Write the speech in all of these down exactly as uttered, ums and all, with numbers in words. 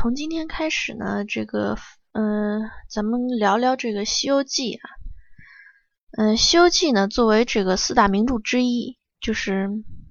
从今天开始呢，这个嗯、呃，咱们聊聊这个《西游记》啊。嗯，《西游记》呢，作为这个四大名著之一，就是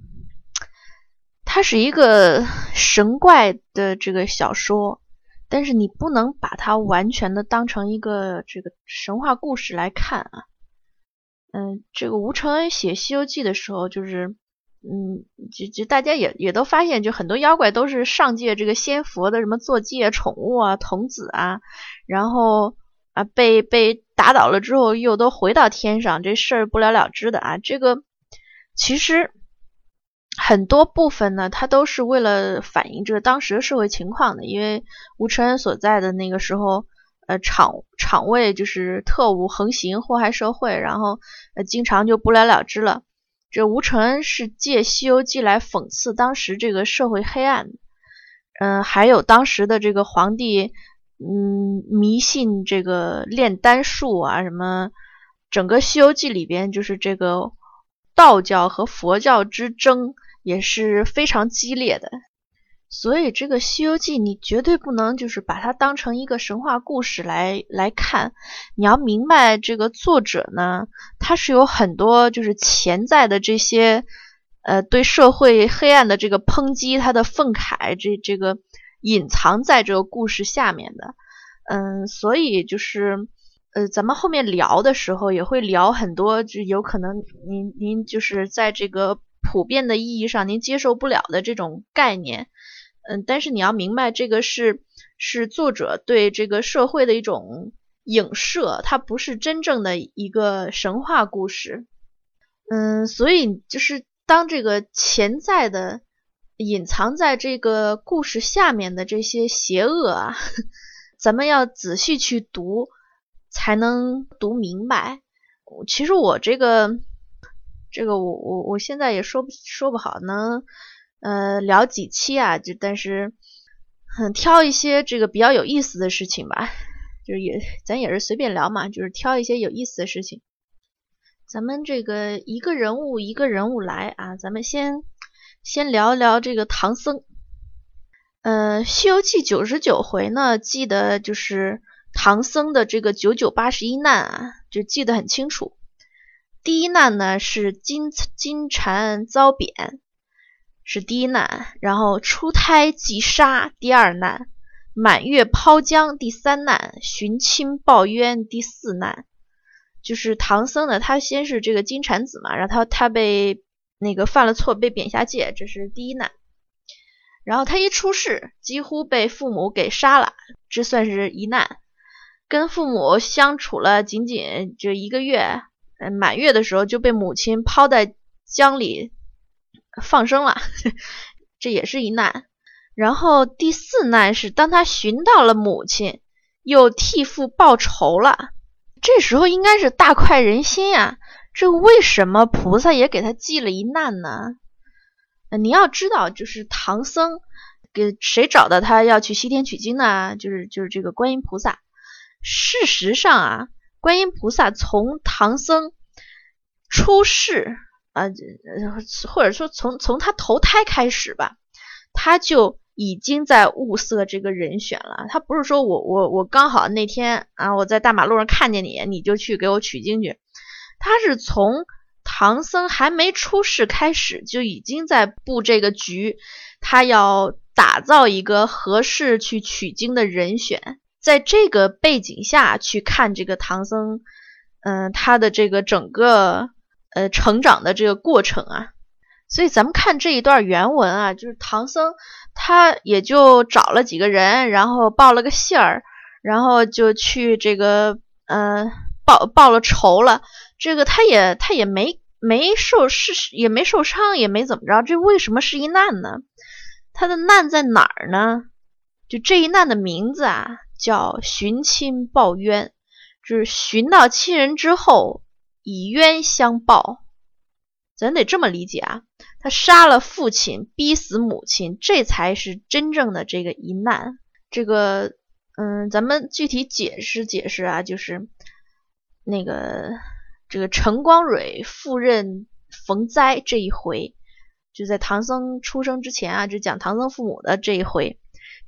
它是一个神怪的这个小说，但是你不能把它完全的当成一个这个神话故事来看啊。嗯，这个吴承恩写《西游记》的时候，就是嗯，就就大家也也都发现，就很多妖怪都是上界这个仙佛的什么坐骑、宠物啊、童子啊，然后啊被被打倒了之后又都回到天上，这事儿不了了之的啊。这个其实很多部分呢，它都是为了反映这个当时的社会情况的，因为吴承恩所在的那个时候。呃，场场位就是特务横行，祸害社会，然后呃经常就不了了之了。这吴承恩是借《西游记》来讽刺当时这个社会黑暗，嗯、呃，还有当时的这个皇帝，嗯，迷信这个炼丹术啊，什么，整个《西游记》里边就是这个道教和佛教之争也是非常激烈的。所以这个《西游记》你绝对不能就是把它当成一个神话故事来来看，你要明白这个作者呢，他是有很多就是潜在的这些呃对社会黑暗的这个抨击，他的愤慨，这这个隐藏在这个故事下面的。嗯，所以就是呃咱们后面聊的时候也会聊很多，就有可能您您就是在这个普遍的意义上您接受不了的这种概念。嗯，但是你要明白，这个是是作者对这个社会的一种影射，它不是真正的一个神话故事。嗯，所以就是当这个潜在的隐藏在这个故事下面的这些邪恶啊，咱们要仔细去读，才能读明白。其实我这个这个我我我现在也说不说不好能。呃，聊几期啊，就但是很、嗯、挑一些这个比较有意思的事情吧，就是也咱也是随便聊嘛，就是挑一些有意思的事情。咱们这个一个人物一个人物来啊，咱们先先聊一聊这个唐僧。呃，《西游记》九十九回呢，记得就是唐僧的这个九九八十一难啊，就记得很清楚。第一难呢是金金蝉遭贬。是第一难，然后出胎即杀第二难，满月抛江第三难，寻亲报冤第四难。就是唐僧呢，他先是这个金蝉子嘛，然后他他被那个犯了错被贬下界，这是第一难。然后他一出世几乎被父母给杀了，这算是一难。跟父母相处了仅仅这一个月，满月的时候就被母亲抛在江里放生了，这也是一难。然后第四难是当他寻到了母亲，又替父报仇了，这时候应该是大快人心呀、啊。这为什么菩萨也给他记了一难呢？呃、你要知道，就是唐僧给谁找到他要去西天取经呢？就是就是这个观音菩萨。事实上啊，观音菩萨从唐僧出世啊，或者说从从他投胎开始吧，他就已经在物色这个人选了。他不是说我我我刚好那天啊，我在大马路上看见你，你就去给我取经去。他是从唐僧还没出世开始，就已经在布这个局，他要打造一个合适去取经的人选。在这个背景下去看这个唐僧，嗯、呃，他的这个整个。呃，成长的这个过程啊，所以咱们看这一段原文啊，就是唐僧他也就找了几个人，然后报了个信儿，然后就去这个呃报报了仇了。这个他也他也没没受是也没受伤，也没怎么着，这为什么是一难呢？他的难在哪儿呢？就这一难的名字啊，叫寻亲报冤，就是寻到亲人之后。以冤相报，咱得这么理解啊，他杀了父亲，逼死母亲，这才是真正的这个一难。这个嗯，咱们具体解释解释啊，就是那个这个陈光蕊赴任逢灾这一回，就在唐僧出生之前啊，就讲唐僧父母的这一回。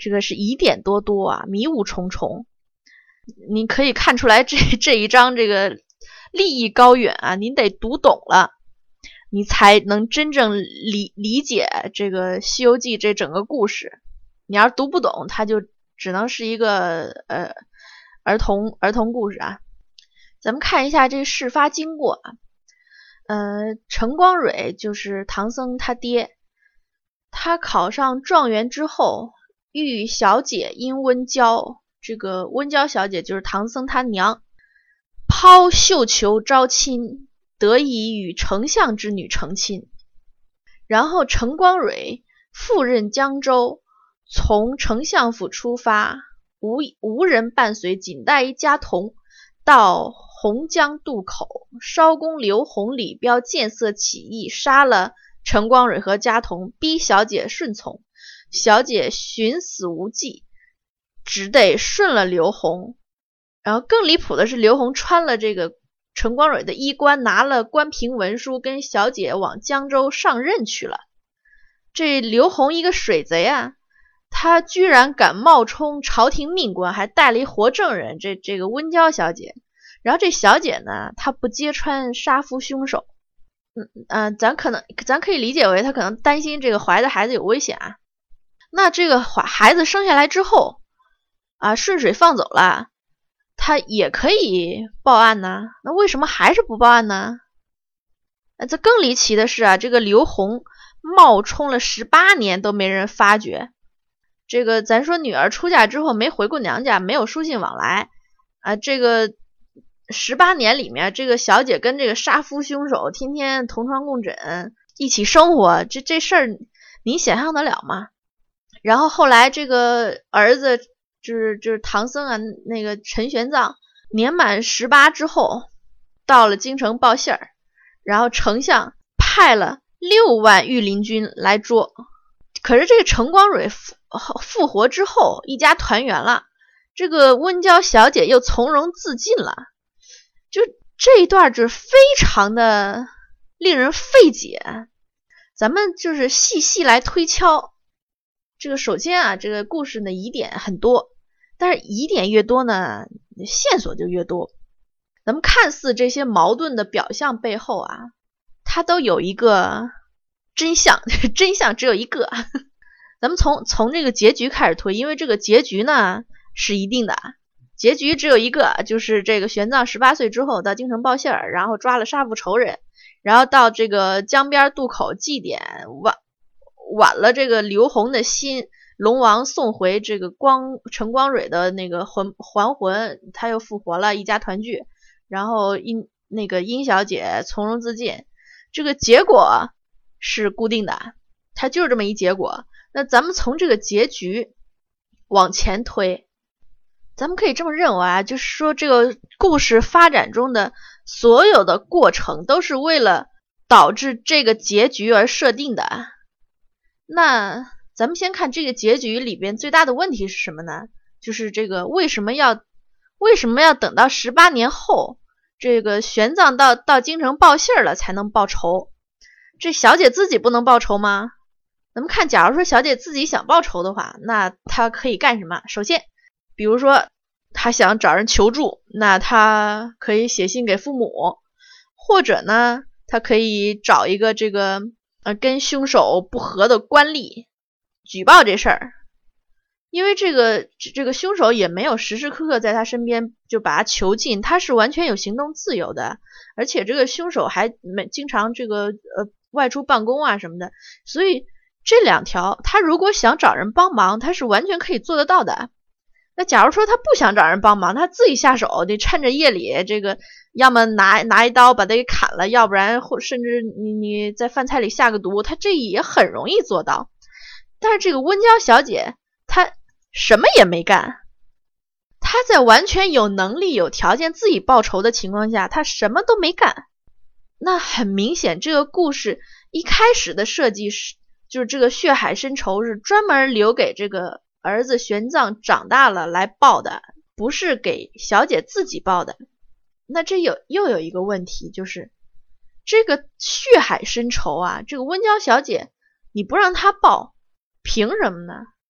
这个是疑点多多啊，迷雾重重。你可以看出来这这一章这个立意高远啊，您得读懂了，你才能真正理理解这个《西游记》这整个故事。你要是读不懂，它就只能是一个呃儿童儿童故事啊。咱们看一下这事发经过啊。呃，陈光蕊就是唐僧他爹，他考上状元之后，遇小姐殷温娇，这个温娇小姐就是唐僧他娘，抛绣球招亲，得以与丞相之女成亲。然后陈光蕊赴任江州，从丞相府出发，无无人伴随，仅带一家童，到洪江渡口，烧公刘洪、李彪见色起意，杀了陈光蕊和家童，逼小姐顺从。小姐寻死无计，只得顺了刘洪。然后更离谱的是，刘洪穿了这个陈光蕊的衣冠，拿了官凭文书，跟小姐往江州上任去了。这刘洪一个水贼啊，他居然敢冒充朝廷命官，还带了一活证人，这这个温娇小姐。然后这小姐呢，她不揭穿杀夫凶手，嗯呃，咱可能咱可以理解为她可能担心这个怀的孩子有危险啊。那这个孩子生下来之后啊，顺水放走了，她也可以报案呢。那为什么还是不报案呢？那这更离奇的是啊，这个刘洪冒充了十八年都没人发觉。这个咱说女儿出嫁之后没回过娘家，没有书信往来啊，这个十八年里面，这个小姐跟这个杀夫凶手天天同床共枕，一起生活，这这事儿你想象得了吗？然后后来这个儿子就是就是唐僧啊，那个陈玄奘年满十八之后，到了京城报信儿，然后丞相派了六万御林军来捉。可是这个陈光蕊复复活之后，一家团圆了，这个温娇小姐又从容自尽了。就这一段就非常的令人费解，咱们就是细细来推敲。这个首先啊，这个故事呢疑点很多，但是疑点越多呢，线索就越多。咱们看似这些矛盾的表象背后啊，它都有一个真相，真相只有一个。咱们从从这个结局开始推，因为这个结局呢是一定的。结局只有一个，就是这个玄奘十八岁之后到京城报信儿，然后抓了杀父仇人，然后到这个江边渡口祭奠，挽挽了这个刘洪的心，龙王送回这个光陈光蕊的那个魂还魂，他又复活了，一家团聚，然后殷那个殷小姐从容自尽，这个结果是固定的，它就是这么一结果。那咱们从这个结局往前推，咱们可以这么认为啊，就是说这个故事发展中的所有的过程都是为了导致这个结局而设定的。那咱们先看这个结局里边最大的问题是什么呢？就是这个为什么要为什么要等到十八年后，这个玄奘到到京城报信了才能报仇？这小姐自己不能报仇吗？咱们看，假如说小姐自己想报仇的话，那她可以干什么？首先比如说他想找人求助，那他可以写信给父母，或者呢他可以找一个这个呃跟凶手不和的官吏举报这事儿。因为这个这个凶手也没有时时刻刻在他身边就把他囚禁，他是完全有行动自由的，而且这个凶手还没经常这个呃外出办公啊什么的，所以这两条他如果想找人帮忙，他是完全可以做得到的。那假如说他不想找人帮忙，他自己下手，得趁着夜里这个要么拿拿一刀把他给砍了，要不然或甚至你你在饭菜里下个毒，他这也很容易做到。但是这个温娇小姐她什么也没干，她在完全有能力有条件自己报仇的情况下，她什么都没干。那很明显这个故事一开始的设计是就是这个血海深仇是专门留给这个儿子玄奘长大了来报的，不是给小姐自己报的。那这有又有一个问题，就是这个血海深仇啊，这个温娇小姐你不让她报，凭什么呢？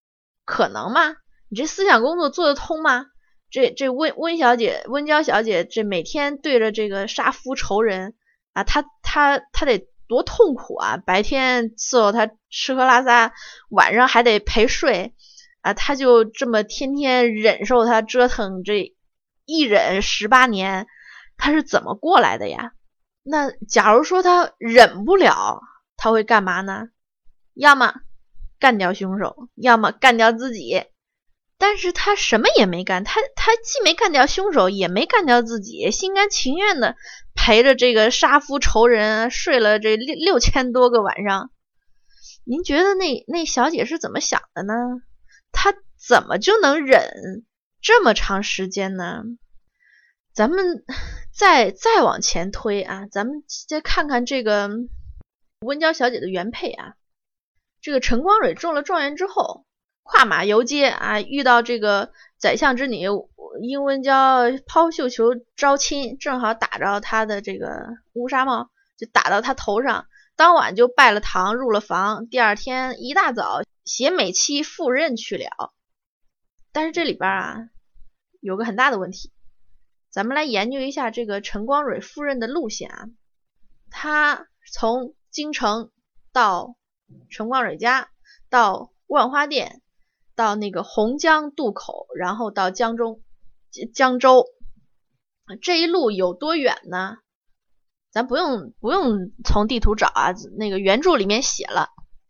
可能吗？你这思想工作做得通吗？这这温温小姐温娇小姐这每天对着这个杀夫仇人啊，她她她得多痛苦啊！白天伺候她吃喝拉撒，晚上还得陪睡啊，她就这么天天忍受她折腾，这一忍十八年，她是怎么过来的呀？那假如说她忍不了，她会干嘛呢？要么干掉凶手，要么干掉自己。但是他什么也没干，他他既没干掉凶手，也没干掉自己，心甘情愿的陪着这个杀夫仇人睡了这六六千多个晚上。您觉得那那小姐是怎么想的呢？她怎么就能忍这么长时间呢？咱们再再往前推啊，咱们再看看这个温娇小姐的原配啊，这个陈光蕊中了状元之后，跨马游街啊，遇到这个宰相之女殷温娇抛绣球招亲，正好打着他的这个乌纱帽，就打到他头上，当晚就拜了堂入了房，第二天一大早携美妻赴任去了。但是这里边啊有个很大的问题，咱们来研究一下这个陈光蕊赴任的路线啊。他从京城到陈光蕊家，到万花店，到那个洪江渡口，然后到江州江州这一路有多远呢？咱不用不用从地图找啊，那个原著里面写了。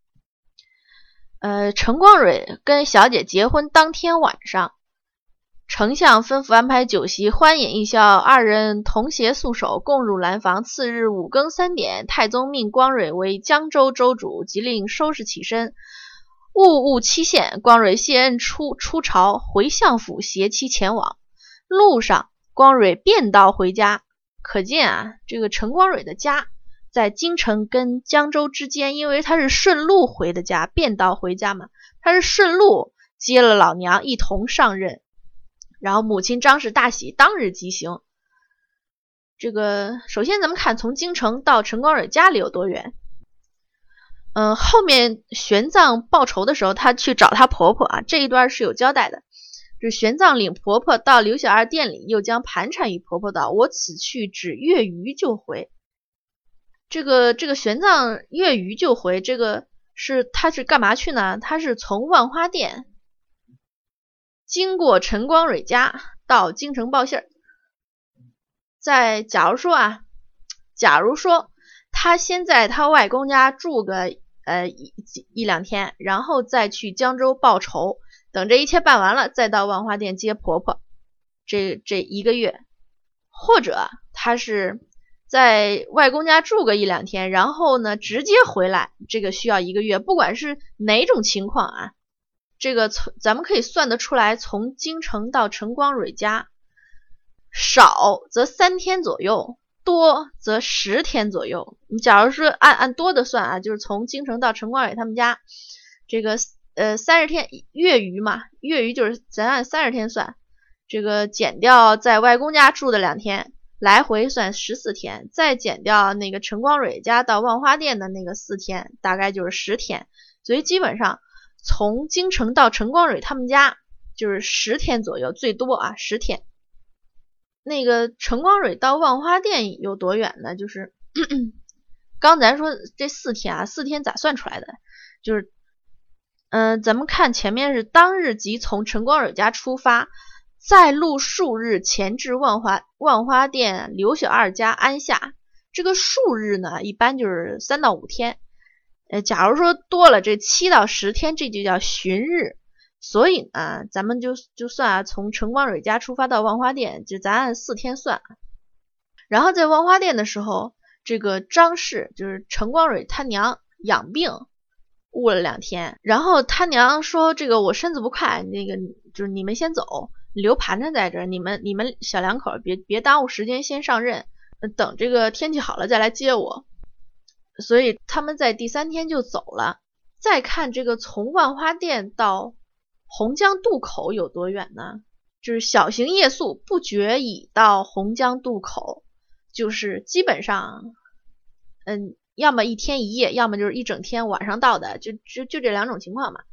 呃，陈光蕊跟小姐结婚当天晚上，丞相吩咐安排酒席，欢饮一宵，二人同携素手，共入兰房。次日五更三点，太宗命光蕊为江州州主，即令收拾起身，务务期限。光蕊谢恩出出朝，回相府携妻前往。路上，光蕊便道回家。可见啊，这个陈光蕊的家在京城跟江州之间，因为他是顺路回的家，便道回家嘛，他是顺路接了老娘一同上任。然后母亲张氏大喜，当日即行。这个首先咱们看从京城到陈光蕊家里有多远。嗯，后面玄奘报仇的时候，他去找他婆婆啊，这一段是有交代的。这玄奘领婆婆到刘小二店里，又将盘缠与婆婆道：“我此去只月余就回。”这个这个玄奘月余就回，这个是他是干嘛去呢？他是从万花店经过陈光蕊家到京城报信儿。在假如说啊，假如说他先在他外公家住个呃一一两天，然后再去江州报仇，等这一切办完了，再到万花店接婆婆，这这一个月。或者他是在外公家住个一两天，然后呢直接回来，这个需要一个月。不管是哪种情况啊，这个从咱们可以算得出来，从京城到陈光蕊家，少则三天左右，多则十天左右。你假如说按按多的算啊，就是从京城到陈光蕊他们家，这个呃三十天，月余嘛，月余就是咱按三十天算，这个减掉在外公家住的两天，来回算十四天，再减掉那个陈光蕊家到万花店的那个四天，大概就是十天。所以基本上从京城到陈光蕊他们家就是十天左右，最多啊十天。那个陈光蕊到万花店有多远呢？就是咳咳刚咱说这四天啊，四天咋算出来的？就是嗯、呃，咱们看前面是当日即从陈光蕊家出发，再路数日前至万花万花店刘小二家安下。这个数日呢，一般就是三到五天。呃，假如说多了这七到十天，这就叫旬日。所以呢，咱们就就算啊，从陈光蕊家出发到万花店，就咱按四天算。然后在万花店的时候，这个张氏就是陈光蕊他娘养病，误了两天。然后他娘说：“这个我身子不快，那个就是你们先走，留盘缠在这儿，你们你们小两口别别耽误时间，先上任，等这个天气好了再来接我。”所以他们在第三天就走了。再看这个从万花店到洪江渡口有多远呢？就是小行夜宿，不觉已到洪江渡口，就是基本上嗯，要么一天一夜，要么就是一整天晚上到的，就就就这两种情况嘛。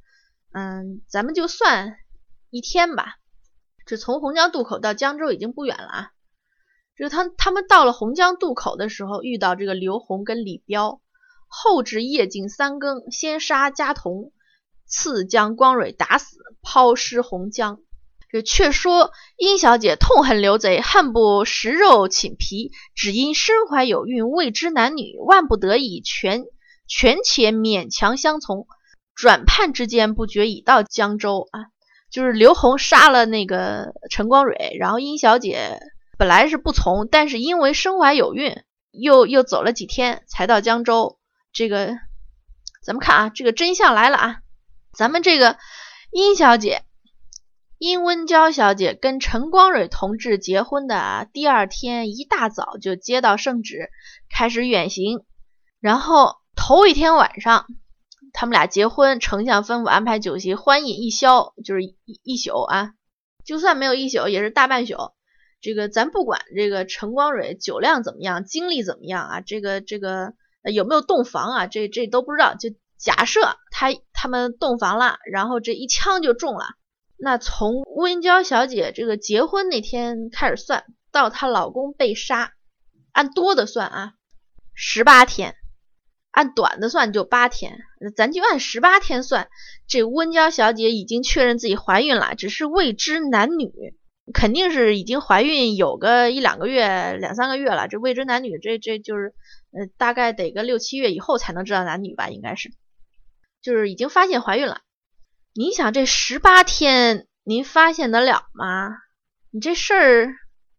嗯，咱们就算一天吧。这从洪江渡口到江州已经不远了啊。这个他他们到了洪江渡口的时候，遇到这个刘洪跟李彪，后至夜近三更，先杀家童，次将光蕊打死，抛尸洪江。这却说殷小姐痛恨刘贼，恨不食肉寝皮，只因身怀有孕，未知男女，万不得已，全全且勉强相从。转盼之间，不觉已到江州啊。就是刘洪杀了那个陈光蕊，然后殷小姐本来是不从，但是因为身怀有孕，又又走了几天才到江州。这个咱们看啊，这个真相来了啊。咱们这个殷小姐殷温娇小姐跟陈光蕊同志结婚的第二天一大早就接到圣旨，开始远行。然后头一天晚上他们俩结婚，丞相吩咐安排酒席，欢饮一宵，就是一一宿啊，就算没有一宿也是大半宿。这个咱不管这个陈光蕊酒量怎么样，精力怎么样啊，这个这个、呃、有没有洞房啊，这这都不知道。就假设他他们洞房了，然后这一枪就中了，那从温娇小姐这个结婚那天开始算，到她老公被杀，按多的算啊，十八天。按短的算就八天，咱就按十八天算。这温娇小姐已经确认自己怀孕了，只是未知男女，肯定是已经怀孕有个一两个月、两三个月了。这未知男女，这这就是呃，大概得个六七月以后才能知道男女吧，应该是，就是已经发现怀孕了。你想这十八天，您发现得了吗？你这事儿，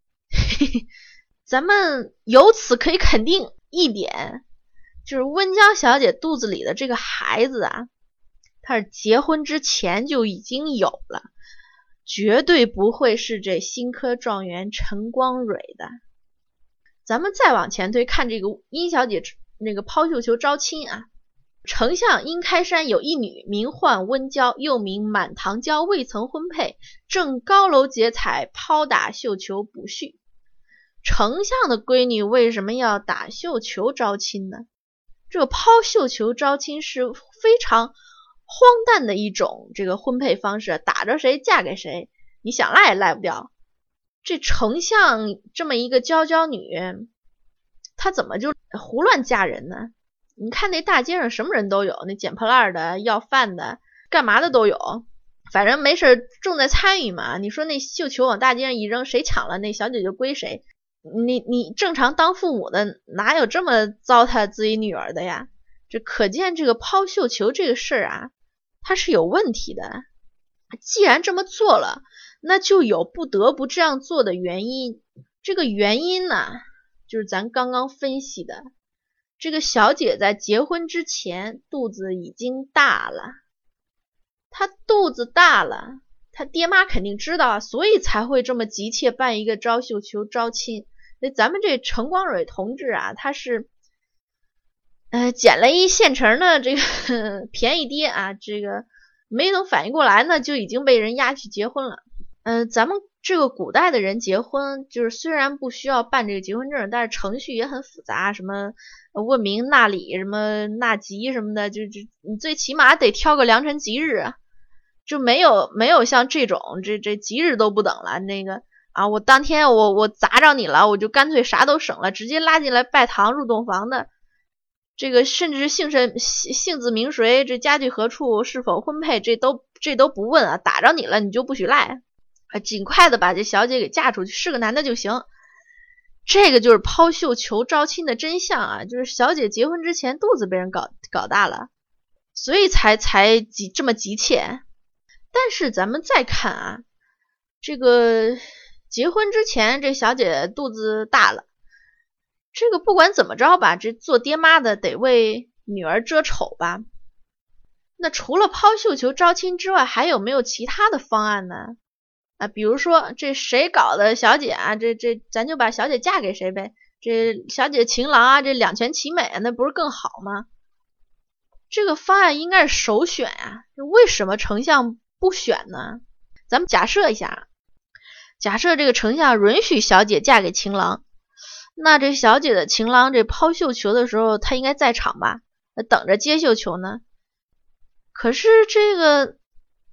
咱们由此可以肯定一点。就是温娇小姐肚子里的这个孩子啊，她是结婚之前就已经有了，绝对不会是这新科状元陈光蕊的。咱们再往前推，看这个殷小姐那个抛绣球招亲啊，丞相殷开山有一女，名唤温娇，又名满堂娇，未曾婚配，正高楼结彩，抛打绣球补婿。丞相的闺女为什么要打绣球招亲呢？这个抛绣球招亲是非常荒诞的一种这个婚配方式，打着谁嫁给谁，你想赖也赖不掉。这丞相这么一个娇娇女，她怎么就胡乱嫁人呢？你看那大街上什么人都有，那捡破烂的、要饭的、干嘛的都有，反正没事重在参与嘛。你说那绣球往大街上一扔，谁抢了那小姐就归谁。你你正常当父母的哪有这么糟蹋自己女儿的呀？这可见这个抛绣球这个事儿啊，它是有问题的。既然这么做了，那就有不得不这样做的原因。这个原因呢，就是咱刚刚分析的，这个小姐在结婚之前肚子已经大了，她肚子大了，他爹妈肯定知道啊，所以才会这么急切办一个招绣球招亲。那咱们这陈光蕊同志啊，他是呃捡了一现成的这个呵呵便宜爹啊，这个没等反应过来呢，就已经被人押去结婚了。呃咱们这个古代的人结婚，就是虽然不需要办这个结婚证，但是程序也很复杂，什么问名纳礼、什么纳吉什么的，就就你最起码得挑个良辰吉日啊。就没有没有像这种这这吉日都不等了，那个啊我当天我我砸着你了，我就干脆啥都省了，直接拉进来拜堂入洞房的。这个甚至姓甚姓字名谁，这家具何处，是否婚配，这都这都不问啊，打着你了你就不许赖啊，尽快的把这小姐给嫁出去，是个男的就行。这个就是抛绣球招亲的真相啊，就是小姐结婚之前肚子被人搞搞大了，所以才才急这么急切。但是咱们再看啊，这个结婚之前这小姐肚子大了，这个不管怎么着吧，这做爹妈的得为女儿遮丑吧。那除了抛绣球招亲之外，还有没有其他的方案呢？啊，比如说这谁搞的小姐啊，这这咱就把小姐嫁给谁呗，这小姐情郎啊，这两全其美啊，那不是更好吗？这个方案应该是首选啊，为什么丞相不选呢？咱们假设一下，假设这个丞相允许小姐嫁给情郎，那这小姐的情郎这抛绣球的时候他应该在场吧，等着接绣球呢。可是这个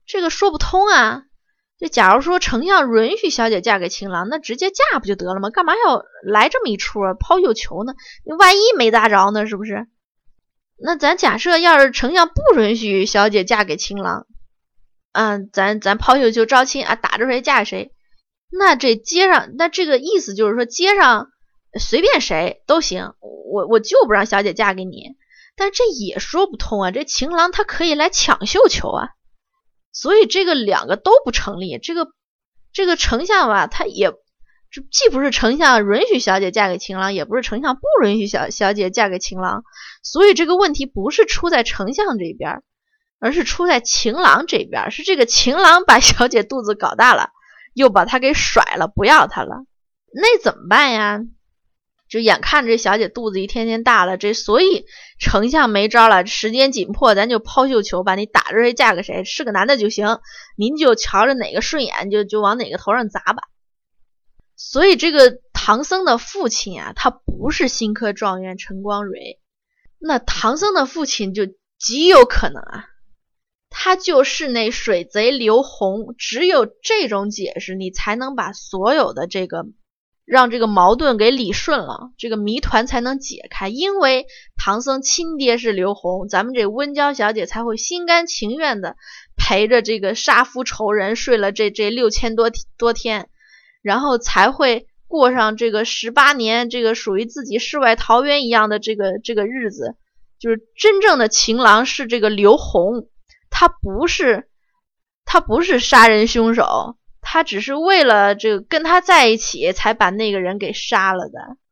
这个说不通啊。这假如说丞相允许小姐嫁给情郎，那直接嫁不就得了吗？干嘛要来这么一出啊，抛绣球呢？你万一没砸着呢，是不是？那咱假设要是丞相不允许小姐嫁给情郎，嗯，咱咱抛绣球招亲啊，打着谁嫁给谁，那这街上，那这个意思就是说街上随便谁都行，我我就不让小姐嫁给你。但这也说不通啊，这情郎他可以来抢绣球啊。所以这个两个都不成立，这个这个丞相吧，他也既不是丞相允许小姐嫁给情郎，也不是丞相不允许小小姐嫁给情郎，所以这个问题不是出在丞相这边，而是出在情郎这边，是这个情郎把小姐肚子搞大了，又把她给甩了，不要她了，那怎么办呀？就眼看这小姐肚子一天天大了，这所以丞相没招了，时间紧迫，咱就抛绣球吧，你打着谁嫁给谁，是个男的就行，您就瞧着哪个顺眼就就往哪个头上砸吧。所以这个唐僧的父亲啊，他不是新科状元陈光蕊，那唐僧的父亲就极有可能啊，他就是那水贼刘洪。只有这种解释，你才能把所有的这个让这个矛盾给理顺了，这个谜团才能解开。因为唐僧亲爹是刘洪，咱们这温娇小姐才会心甘情愿的陪着这个杀夫仇人睡了这这六千多多天，然后才会过上这个十八年这个属于自己世外桃源一样的这个这个日子。就是真正的情郎是这个刘洪，他不是他不是杀人凶手，他只是为了这个跟他在一起才把那个人给杀了的。